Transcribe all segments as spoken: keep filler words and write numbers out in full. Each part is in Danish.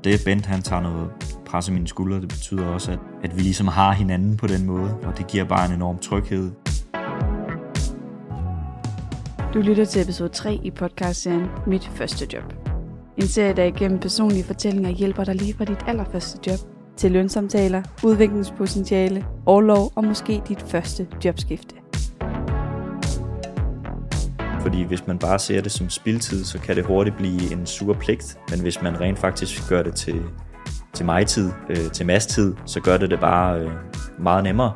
det, Bent han tager noget pres af mine skuldre, det betyder også, at, at vi ligesom har hinanden på den måde, og det giver bare en enorm tryghed. Du lytter til episode tre i podcastserien Mit Første Job. En serie, der igennem personlige fortællinger hjælper dig lige fra dit allerførste job til lønsamtaler, udviklingspotentiale, orlov og måske dit første jobskifte. Fordi hvis man bare ser det som spildtid, så kan det hurtigt blive en sur pligt. Men hvis man rent faktisk gør det til, til mig-tid, øh, til Mads-tid, så gør det det bare øh, meget nemmere.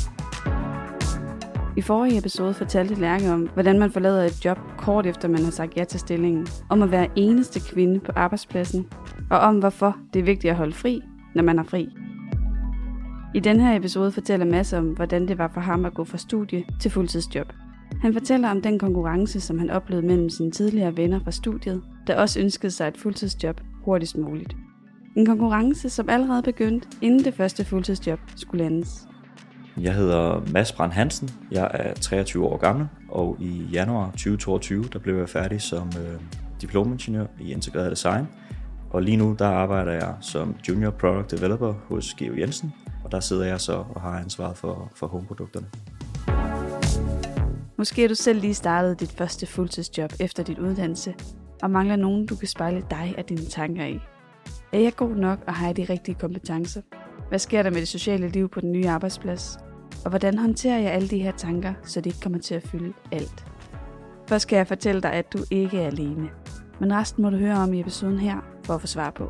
I forrige episode fortalte Lærke om, hvordan man forlader et job kort efter man har sagt ja til stillingen, om at være eneste kvinde på arbejdspladsen, og om hvorfor det er vigtigt at holde fri, når man er fri. I denne her episode fortæller Mads om, hvordan det var for ham at gå fra studie til fuldtidsjob. Han fortæller om den konkurrence, som han oplevede mellem sine tidligere venner fra studiet, der også ønskede sig et fuldtidsjob hurtigst muligt. En konkurrence, som allerede begyndte, inden det første fuldtidsjob skulle landes. Jeg hedder Mads Brand Hansen, jeg er treogtyve år gammel, og i januar tyve toogtyve der blev jeg færdig som øh, diplomingeniør i integreret design. Og lige nu der arbejder jeg som junior product developer hos Georg Jensen, og der sidder jeg så og har ansvaret for, for homeprodukterne. Måske er du selv lige startet dit første fuldtidsjob efter dit uddannelse, og mangler nogen, du kan spejle dig og dine tanker i. Er jeg god nok, og har jeg de rigtige kompetencer? Hvad sker der med det sociale liv på den nye arbejdsplads? Og hvordan håndterer jeg alle de her tanker, så det ikke kommer til at fylde alt? Først skal jeg fortælle dig, at du ikke er alene. Men resten må du høre om i episoden her, for at få svar på.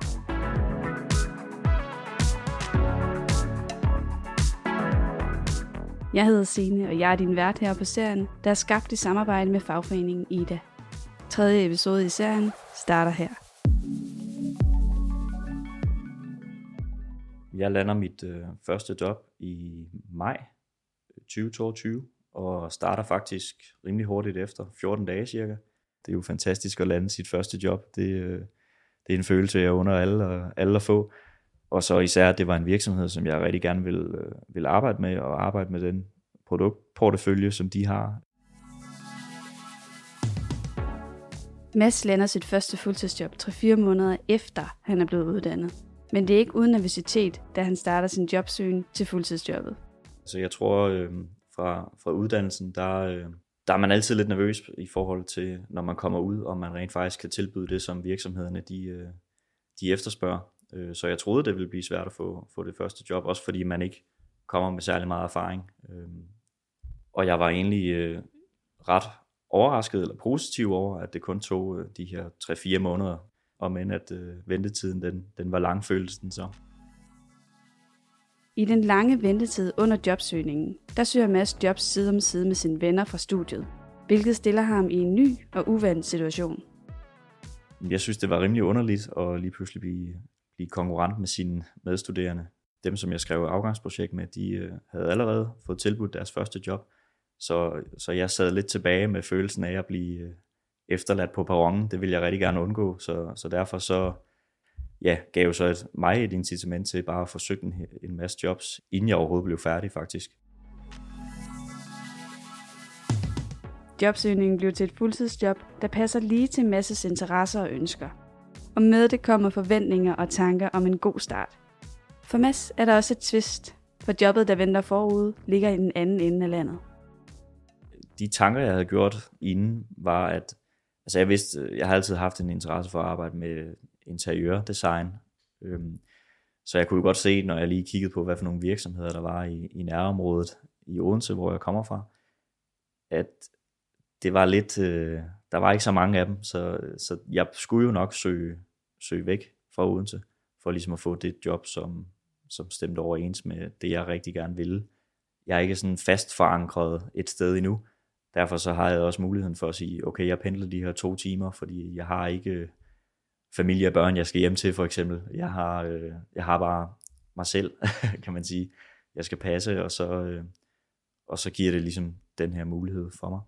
Jeg hedder Signe, og jeg er din vært her på serien, der er skabt i samarbejde med fagforeningen Ida. Tredje episode i serien starter her. Jeg lander mit øh, første job i maj tyve toogtyve, og starter faktisk rimelig hurtigt efter, fjorten dage cirka. Det er jo fantastisk at lande sit første job. Det, øh, det er en følelse, jeg under alle, alle at få. Og så især, at det var en virksomhed, som jeg rigtig gerne ville, øh, ville arbejde med, og arbejde med den produktportefølje, som de har. Mads lander sit første fuldtidsjob tre til fire måneder efter, han er blevet uddannet. Men det er ikke uden nervøsitet, da han starter sin jobsøgen til fuldtidsjobbet. Så jeg tror, øh, fra, fra uddannelsen, der, øh, der er man altid lidt nervøs i forhold til, når man kommer ud, og man rent faktisk kan tilbyde det, som virksomhederne de, øh, de efterspørger. Øh, så jeg troede, det ville blive svært at få, få det første job, også fordi man ikke kommer med særlig meget erfaring. Øh, og jeg var egentlig øh, ret overrasket eller positiv over, at det kun tog øh, de her tre til fire måneder, og men at øh, ventetiden den, den var lang, føltes den så. I den lange ventetid under jobsøgningen, der søger Mads jobs side om side med sine venner fra studiet, hvilket stiller ham i en ny og uvandt situation. Jeg synes, det var rimelig underligt at lige pludselig blive, blive konkurrent med sine medstuderende. Dem, som jeg skrev afgangsprojekt med, de øh, havde allerede fået tilbudt deres første job, så, så jeg sad lidt tilbage med følelsen af at blive øh, efterladt på perronen. Det ville jeg rigtig gerne undgå, så, så derfor så ja, gav så et, mig et incitament til bare at forsøge en, en masse jobs, inden jeg overhovedet blev færdig faktisk. Jobsøgningen blev til et fuldtidsjob, der passer lige til Mads' interesser og ønsker. Og med det kommer forventninger og tanker om en god start. For Mads er der også et twist, for jobbet, der venter forude, ligger i den anden ende af landet. De tanker, jeg havde gjort inden, var at altså jeg vidste, jeg har altid haft en interesse for at arbejde med interiørdesign. Øhm, så jeg kunne jo godt se, når jeg lige kiggede på, hvad for nogle virksomheder der var i, i nærområdet i Odense, hvor jeg kommer fra, at det var lidt, øh, der var ikke så mange af dem, så, så jeg skulle jo nok søge, søge væk fra Odense, for ligesom at få det job, som, som stemte overens med det, jeg rigtig gerne ville. Jeg er ikke sådan fast forankret et sted endnu. Derfor så har jeg også muligheden for at sige, okay, jeg pendler de her to timer, fordi jeg har ikke familie og børn, jeg skal hjem til for eksempel. Jeg har, øh, jeg har bare mig selv, kan man sige. Jeg skal passe, og så, øh, og så giver det ligesom den her mulighed for mig.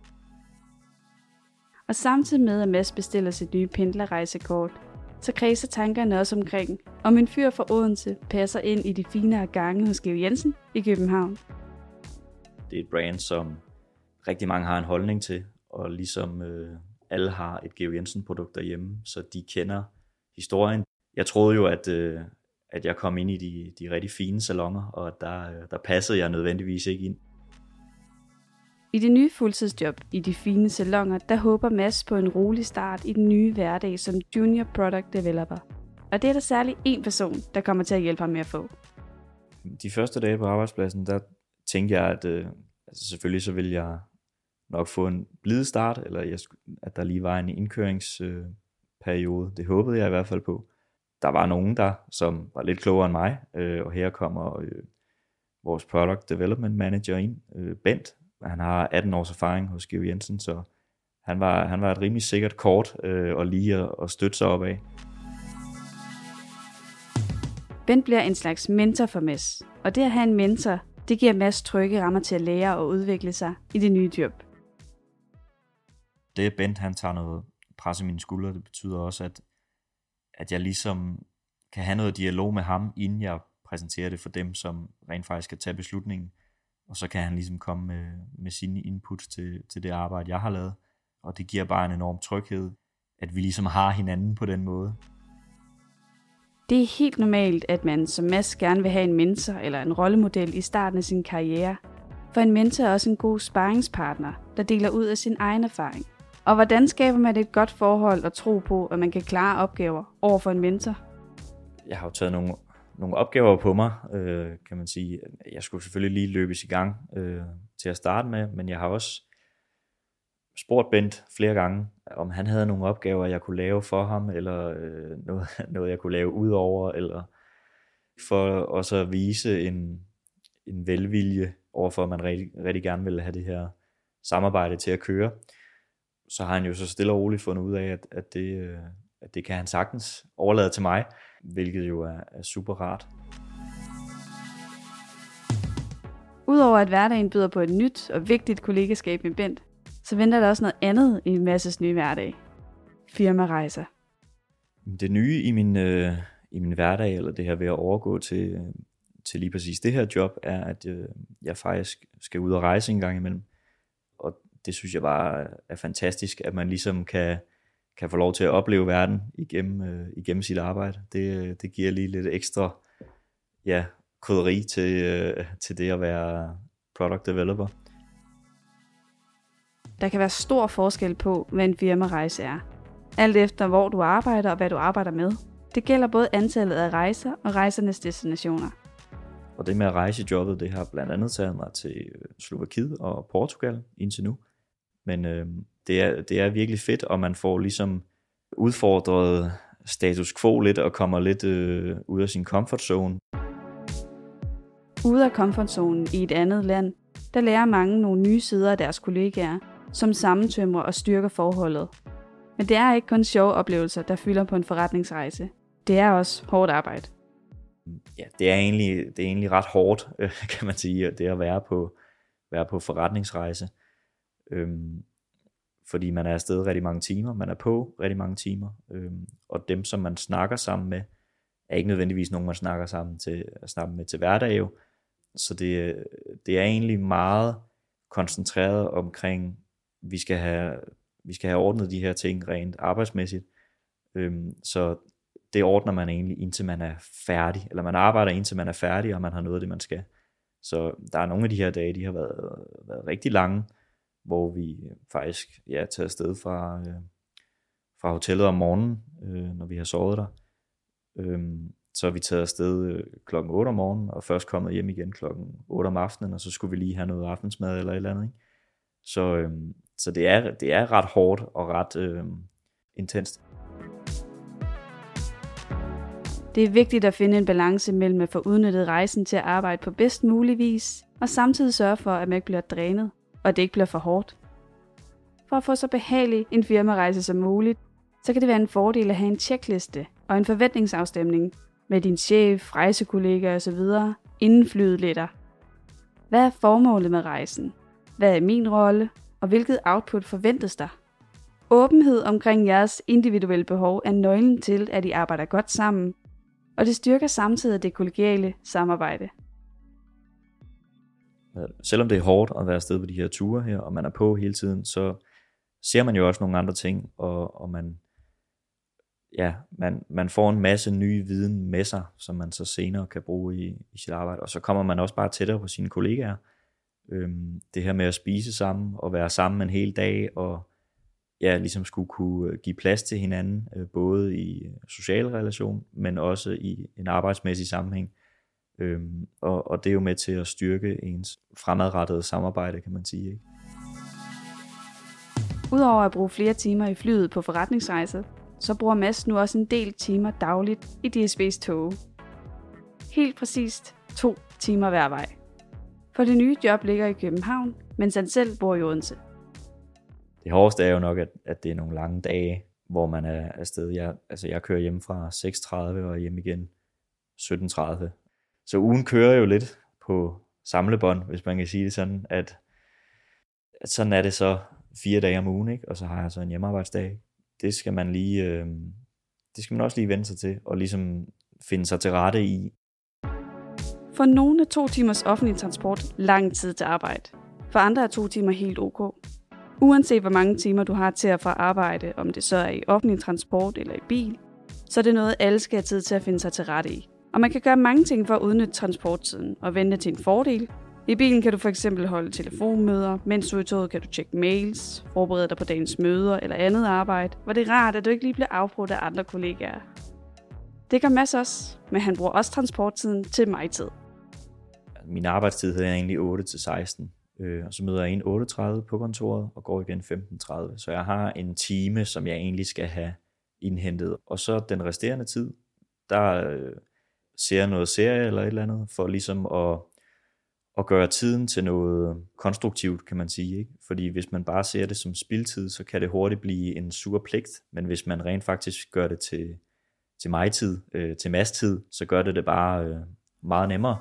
Og samtidig med, at Mads bestiller sit nye pendlerrejsekort, så kredser tankerne også omkring, om en fyr fra Odense passer ind i de finere gange hos Georg Jensen i København. Det er et brand, som rigtig mange har en holdning til, og ligesom øh, alle har et Georg Jensen produkt derhjemme, så de kender historien. jeg troede jo, at, øh, at jeg kom ind i de, de rigtig fine salonger, og at der, der passede jeg nødvendigvis ikke ind. I det nye fuldtidsjob i de fine salonger, der håber Mads på en rolig start i den nye hverdag som Junior Product Developer. Og det er der særlig én person, der kommer til at hjælpe ham med at få. De første dage på arbejdspladsen, der tænkte jeg, at øh, altså selvfølgelig så ville jeg nok få en blid start, eller jeg, at der lige var en indkøringsperiode. Øh, det håbede jeg i hvert fald på. Der var nogen der, som var lidt klogere end mig, øh, og her kommer øh, vores Product Development Manager ind, øh, Bent. Han har atten års erfaring hos Georg Jensen, så han var, han var et rimelig sikkert kort øh, og lige at, at støtte sig op af. Bent bliver en slags mentor for Mads, og det at have en mentor, det giver Mads trygge rammer til at lære og udvikle sig i det nye job. Det Bent han tager noget pres i mine skuldre, det betyder også, at, at jeg ligesom kan have noget dialog med ham, inden jeg præsenterer det for dem, som rent faktisk skal tage beslutningen. Og så kan han ligesom komme med, med sine inputs til, til det arbejde, jeg har lavet. Og det giver bare en enorm tryghed, at vi ligesom har hinanden på den måde. Det er helt normalt, at man som Mads gerne vil have en mentor eller en rollemodel i starten af sin karriere. For en mentor er også en god sparringspartner, der deler ud af sin egen erfaring. Og hvordan skaber man et godt forhold og tro på, at man kan klare opgaver over for en mentor? Jeg har jo taget nogle, nogle opgaver på mig, øh, kan man sige. Jeg skulle selvfølgelig lige løbes i gang øh, til at starte med, men jeg har også spurgt Bent flere gange, om han havde nogle opgaver, jeg kunne lave for ham, eller øh, noget, noget, jeg kunne lave ud over, eller for også at vise en, en velvilje overfor, at man rigtig, rigtig gerne ville have det her samarbejde til at køre. Så har han jo så stille og roligt fundet ud af, at, at, det, øh, at det kan han sagtens overlade til mig, hvilket jo er, er super rart. Udover at hverdagen byder på et nyt og vigtigt kollegaskab med Bent, så venter der også noget andet i Mads' nye hverdag. Firmarejser. Det nye i min, øh, i min hverdag, eller det her ved at overgå til, til lige præcis det her job, er, at øh, jeg faktisk skal ud og rejse en gang imellem. Og det synes jeg bare er fantastisk, at man ligesom kan, kan få lov til at opleve verden igennem, øh, igennem sit arbejde. Det, det giver lige lidt ekstra ja, krydderi til, øh, til det at være product developer. Der kan være stor forskel på, hvad en firmarejse er. Alt efter hvor du arbejder og hvad du arbejder med. Det gælder både antallet af rejser og rejsernes destinationer. Og det med at rejse i jobbet, det har blandt andet taget mig til Slovakiet og Portugal indtil nu. Men øh, det, er, det er virkelig fedt, og man får ligesom udfordret status quo lidt og kommer lidt øh, ud af sin comfort zone. Ude af komfortzonen i et andet land, der lærer mange nogle nye sider af deres kollegaer, som sammentømrer og styrker forholdet. Men det er ikke kun sjove oplevelser, der fylder på en forretningsrejse. Det er også hårdt arbejde. Ja, det er egentlig, det er egentlig ret hårdt, kan man sige, det at være på, være på forretningsrejse. Øhm, fordi man er afsted rigtig mange timer, man er på rigtig mange timer, øhm, og dem, som man snakker sammen med, er ikke nødvendigvis nogen, man snakker sammen til, snakke med til hverdag jo. Så det, det er egentlig meget koncentreret omkring, vi skal have, vi skal have ordnet de her ting rent arbejdsmæssigt. Øhm, så det ordner man egentlig, indtil man er færdig, eller man arbejder indtil man er færdig, og man har noget af det, man skal. Så der er nogle af de her dage, de har været, været rigtig lange, hvor vi faktisk ja, tager afsted fra, øh, fra hotellet om morgenen, øh, når vi har sovet der. Øhm, så er vi taget afsted øh, klokken otte om morgenen, og først kommet hjem igen klokken otte om aftenen, og så skulle vi lige have noget aftensmad eller et eller andet. Ikke? Så, øh, så det, er, det er ret hårdt og ret øh, intenst. Det er vigtigt at finde en balance mellem at få udnyttet rejsen til at arbejde på bedst mulig vis, og samtidig sørge for, at man ikke bliver drænet, og at det ikke bliver for hårdt. For at få så behagelig en firmarejse som muligt, så kan det være en fordel at have en tjekliste og en forventningsafstemning med din chef, rejsekollegaer osv. inden flyet letter. Hvad er formålet med rejsen? Hvad er min rolle? Og hvilket output forventes der? Åbenhed omkring jeres individuelle behov er nøglen til, at I arbejder godt sammen, og det styrker samtidig det kollegiale samarbejde. Selvom det er hårdt at være afsted på de her ture her, og man er på hele tiden, så ser man jo også nogle andre ting, og, og man, ja, man, man får en masse ny viden med sig, som man så senere kan bruge i, i sit arbejde, og så kommer man også bare tættere på sine kollegaer. Øhm, det her med at spise sammen, og være sammen en hel dag, og ja, ligesom skulle kunne give plads til hinanden, øh, både i social relation, men også i en arbejdsmæssig sammenhæng. Øhm, og, og det er jo med til at styrke ens fremadrettede samarbejde, kan man sige, ikke? Udover at bruge flere timer i flyet på forretningsrejse, så bruger Mads nu også en del timer dagligt i D S B's tog. Helt præcist to timer hver vej. For det nye job ligger i København, mens han selv bor i Odense. Det hårdeste er jo nok, at, at det er nogle lange dage, hvor man er afsted. Jeg, altså jeg kører hjem fra seks tredive og hjem igen sytten tredive. Så ugen kører jo lidt på samlebånd, hvis man kan sige det sådan, at, at sådan er det så fire dage om ugen, ikke? Og så har jeg så en hjemmearbejdsdag. Det skal man lige, øh, det skal man også lige vende sig til, og ligesom finde sig til rette i. For nogle er to timers offentlig transport lang tid til arbejde. For andre er to timer helt ok. Uanset hvor mange timer du har til at få arbejde, om det så er i offentlig transport eller i bil, så er det noget, alle skal have tid til at finde sig til rette i. Og man kan gøre mange ting for at udnytte transporttiden og vende det til en fordel. I bilen kan du for eksempel holde telefonmøder, mens du er i toget kan du tjekke mails, forberede dig på dagens møder eller andet arbejde, hvor det er rart, at du ikke lige bliver afbrudt af andre kollegaer. Det gør Mads også, men han bruger også transporttiden til mig-tid. Min arbejdstid er egentlig otte til seksten, øh, og så møder jeg ind otte tredive på kontoret og går igen femten tredive. Så jeg har en time, som jeg egentlig skal have indhentet. Og så den resterende tid, der øh, ser jeg noget serie eller et eller andet, for ligesom at, at gøre tiden til noget konstruktivt, kan man sige, ikke? Fordi hvis man bare ser det som spildtid, så kan det hurtigt blive en sur pligt. Men hvis man rent faktisk gør det til, til mig-tid, øh, til Mads-tid, så gør det det bare øh, meget nemmere.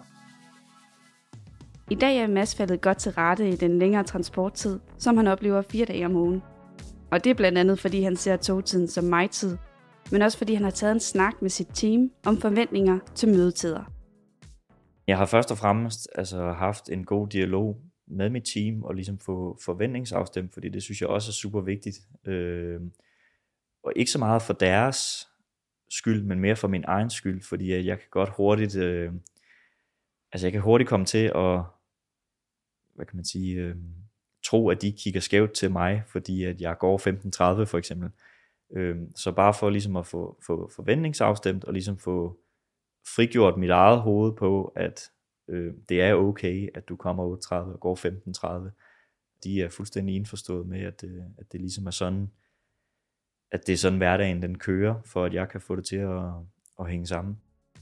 I dag er Mads faldet godt til rette i den længere transporttid, som han oplever fire dage om ugen. Og det er blandt andet, fordi han ser togtiden som mig-tid, men også fordi han har taget en snak med sit team om forventninger til mødetider. Jeg har først og fremmest altså, haft en god dialog med mit team og ligesom få forventningsafstemt, fordi det synes jeg også er super vigtigt. Øh, og ikke så meget for deres skyld, men mere for min egen skyld, fordi jeg kan godt hurtigt... Øh, Altså jeg kan hurtigt komme til at, hvad kan man sige, øh, tro, at de kigger skævt til mig, fordi at jeg går femten tredive for eksempel. Øh, så bare for ligesom at få, få forventningsafstemt, og ligesom få frigjort mit eget hoved på, at øh, det er okay, at du kommer otte tredive og går femten tredive. De er fuldstændig indforstået med, at, øh, at det ligesom er sådan, at det er sådan hverdagen den kører, for at jeg kan få det til at, at hænge sammen.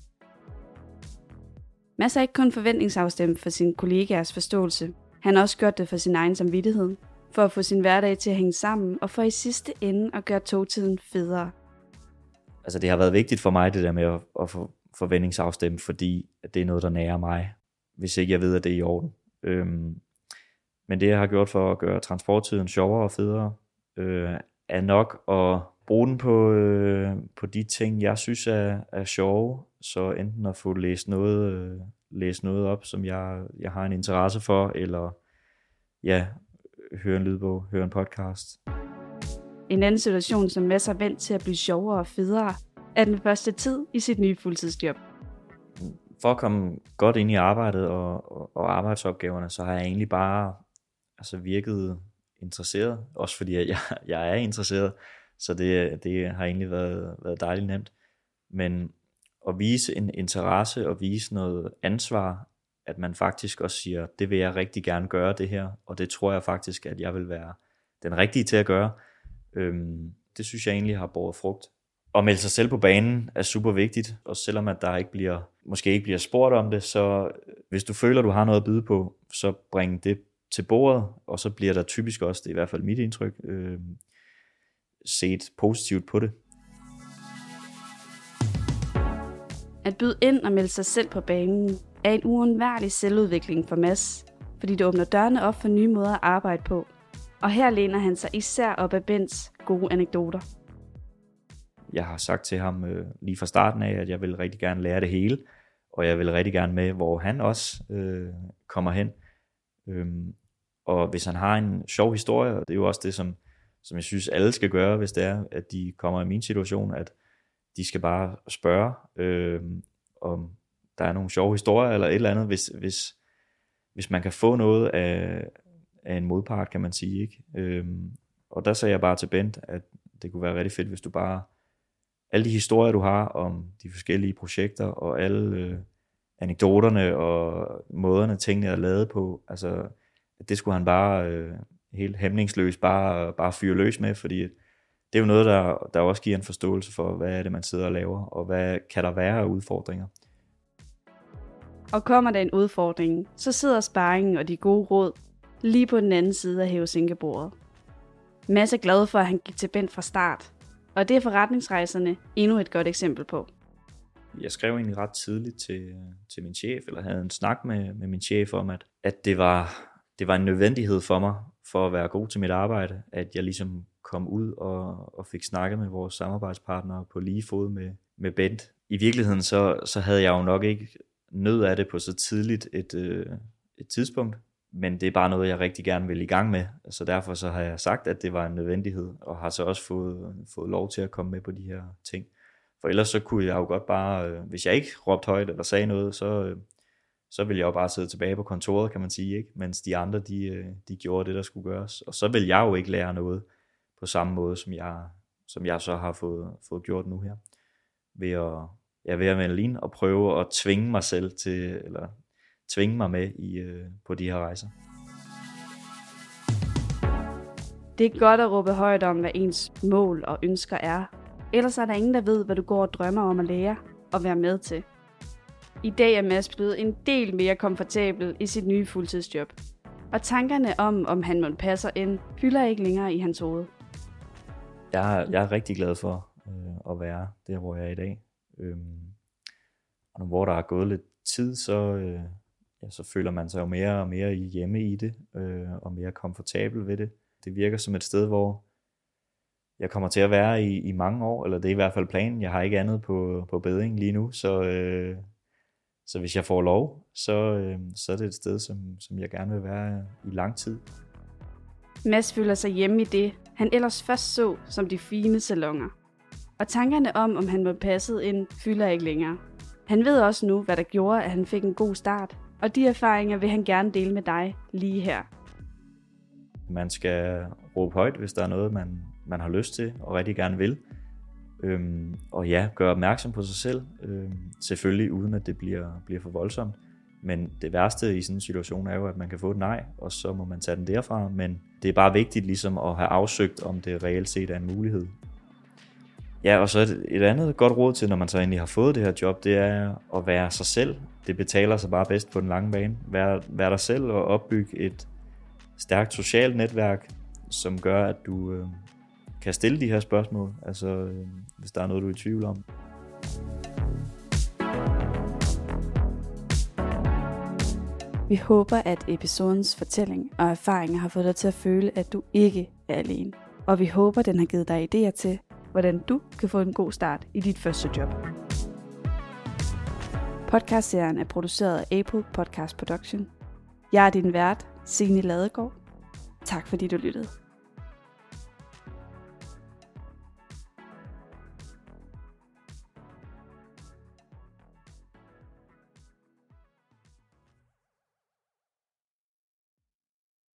Mads er ikke kun forventningsafstemt for sine kollegaers forståelse. Han har også gjort det for sin egen samvittighed, for at få sin hverdag til at hænge sammen, og for i sidste ende at gøre togtiden federe. Altså det har været vigtigt for mig, det der med at, at få forventningsafstemt, fordi det er noget, der nærer mig, hvis ikke jeg ved, at det er i orden. Øhm, men det, jeg har gjort for at gøre transporttiden sjovere og federe, øh, er nok at bruge den på, øh, på de ting, jeg synes er, er sjove, så enten at få læst noget, øh, læst noget op, som jeg, jeg har en interesse for, eller ja, høre en lydbog, høre en podcast. En anden situation, som Mads har vendt til at blive sjovere og federe, er den første tid i sit nye fuldtidsjob. For at komme godt ind i arbejdet og, og, og arbejdsopgaverne, så har jeg egentlig bare altså virket interesseret, også fordi jeg, jeg er interesseret, så det, det har egentlig været, været dejligt nemt. Men at vise en interesse og vise noget ansvar, at man faktisk også siger, det vil jeg rigtig gerne gøre det her, og det tror jeg faktisk, at jeg vil være den rigtige til at gøre. Øhm, det synes jeg egentlig har båret frugt. At melde sig selv på banen er super vigtigt, og selvom at der ikke bliver, måske ikke bliver spurgt om det, så hvis du føler, du har noget at byde på, så bring det til bordet, og så bliver der typisk også, det er i hvert fald mit indtryk, øh, set positivt på det. At byde ind og melde sig selv på banen er en uundværlig selvudvikling for Mads, fordi det åbner dørene op for nye måder at arbejde på. Og her læner han sig især op af Bents gode anekdoter. Jeg har sagt til ham øh, lige fra starten af, at jeg vil rigtig gerne lære det hele, og jeg vil rigtig gerne med, hvor han også øh, kommer hen. Øhm, og hvis han har en sjov historie, og det er jo også det, som, som jeg synes alle skal gøre, hvis det er, at de kommer i min situation, at, de skal bare spørge, øh, om der er nogle sjove historier eller et eller andet, hvis, hvis, hvis man kan få noget af, af en modpart, kan man sige, ikke? Øh, og der sagde jeg bare til Bent, at det kunne være rigtig fedt, hvis du bare, alle de historier, du har om de forskellige projekter, og alle øh, anekdoterne og måderne, tingene er lavet på, altså, at det skulle han bare øh, helt hæmningsløst bare, bare fyre løs med, fordi det er jo noget, der, der også giver en forståelse for, hvad er det, man sidder og laver, og hvad kan der være af udfordringer. Og kommer der en udfordring, så sidder sparringen og de gode råd lige på den anden side af hævesænkebordet. Mads er glad for, at han gik til Bent fra start, og det er forretningsrejserne endnu et godt eksempel på. Jeg skrev egentlig ret tidligt til, til min chef, eller havde en snak med, med min chef om, at, at det, var, det var en nødvendighed for mig, for at være god til mit arbejde, at jeg ligesom kom ud og, og fik snakket med vores samarbejdspartnere på lige fod med, med Bent. I virkeligheden så, så havde jeg jo nok ikke nød af det på så tidligt et, øh, et tidspunkt, men det er bare noget, jeg rigtig gerne vil i gang med, så derfor så har jeg sagt, at det var en nødvendighed, og har så også fået, fået lov til at komme med på de her ting. For ellers så kunne jeg jo godt bare, øh, hvis jeg ikke råbte højt eller sagde noget, så, øh, så ville jeg jo bare sidde tilbage på kontoret, kan man sige, ikke? Mens de andre, de, øh, de gjorde det, der skulle gøres. Og så vil jeg jo ikke lære noget på samme måde, som jeg, som jeg så har fået, fået gjort nu her. Ved at, ja, ved at melde ind og prøve at tvinge mig selv til, eller tvinge mig med i, øh, på de her rejser. Det er godt at råbe højt om, hvad ens mål og ønsker er. Ellers er der ingen, der ved, hvad du går og drømmer om at lære og være med til. I dag er Mads blevet en del mere komfortabel i sit nye fuldtidsjob. Og tankerne om, om han måtte passe ind, fylder ikke længere i hans hoved. Jeg, jeg er rigtig glad for øh, at være der, hvor jeg er i dag. Øhm, og hvor der er gået lidt tid, så, øh, ja, så føler man sig jo mere og mere hjemme i det, øh, og mere komfortabel ved det. Det virker som et sted, hvor jeg kommer til at være i, i mange år, eller det er i hvert fald planen. Jeg har ikke andet på, på beding lige nu, så, øh, så hvis jeg får lov, så, øh, så er det et sted, som, som jeg gerne vil være i lang tid. Mads føler sig hjemme i det, han ellers først så som de fine salonger. Og tankerne om, om han må passe ind, fylder ikke længere. Han ved også nu, hvad der gjorde, at han fik en god start, og de erfaringer vil han gerne dele med dig lige her. Man skal råbe højt, hvis der er noget, man, man har lyst til og rigtig gerne vil. Øhm, og ja, gøre opmærksom på sig selv. Øhm, selvfølgelig uden at det bliver, bliver for voldsomt. Men det værste i sådan en situation er jo, at man kan få et nej, og så må man tage den derfra. Men det er bare vigtigt ligesom at have afsøgt, om det reelt set er en mulighed. Ja, og så et, et andet godt råd til, når man så egentlig har fået det her job, det er at være sig selv. Det betaler sig bare bedst på den lange bane. Vær, vær dig selv og opbygge et stærkt socialt netværk, som gør, at du øh, kan stille de her spørgsmål, altså øh, hvis der er noget, du er i tvivl om. Vi håber, at episodens fortælling og erfaringer har fået dig til at føle, at du ikke er alene. Og vi håber, den har givet dig idéer til, hvordan du kan få en god start i dit første job. Podcastserien er produceret af Apple Podcast Production. Jeg er din vært, Signe Ladegaard. Tak fordi du lyttede.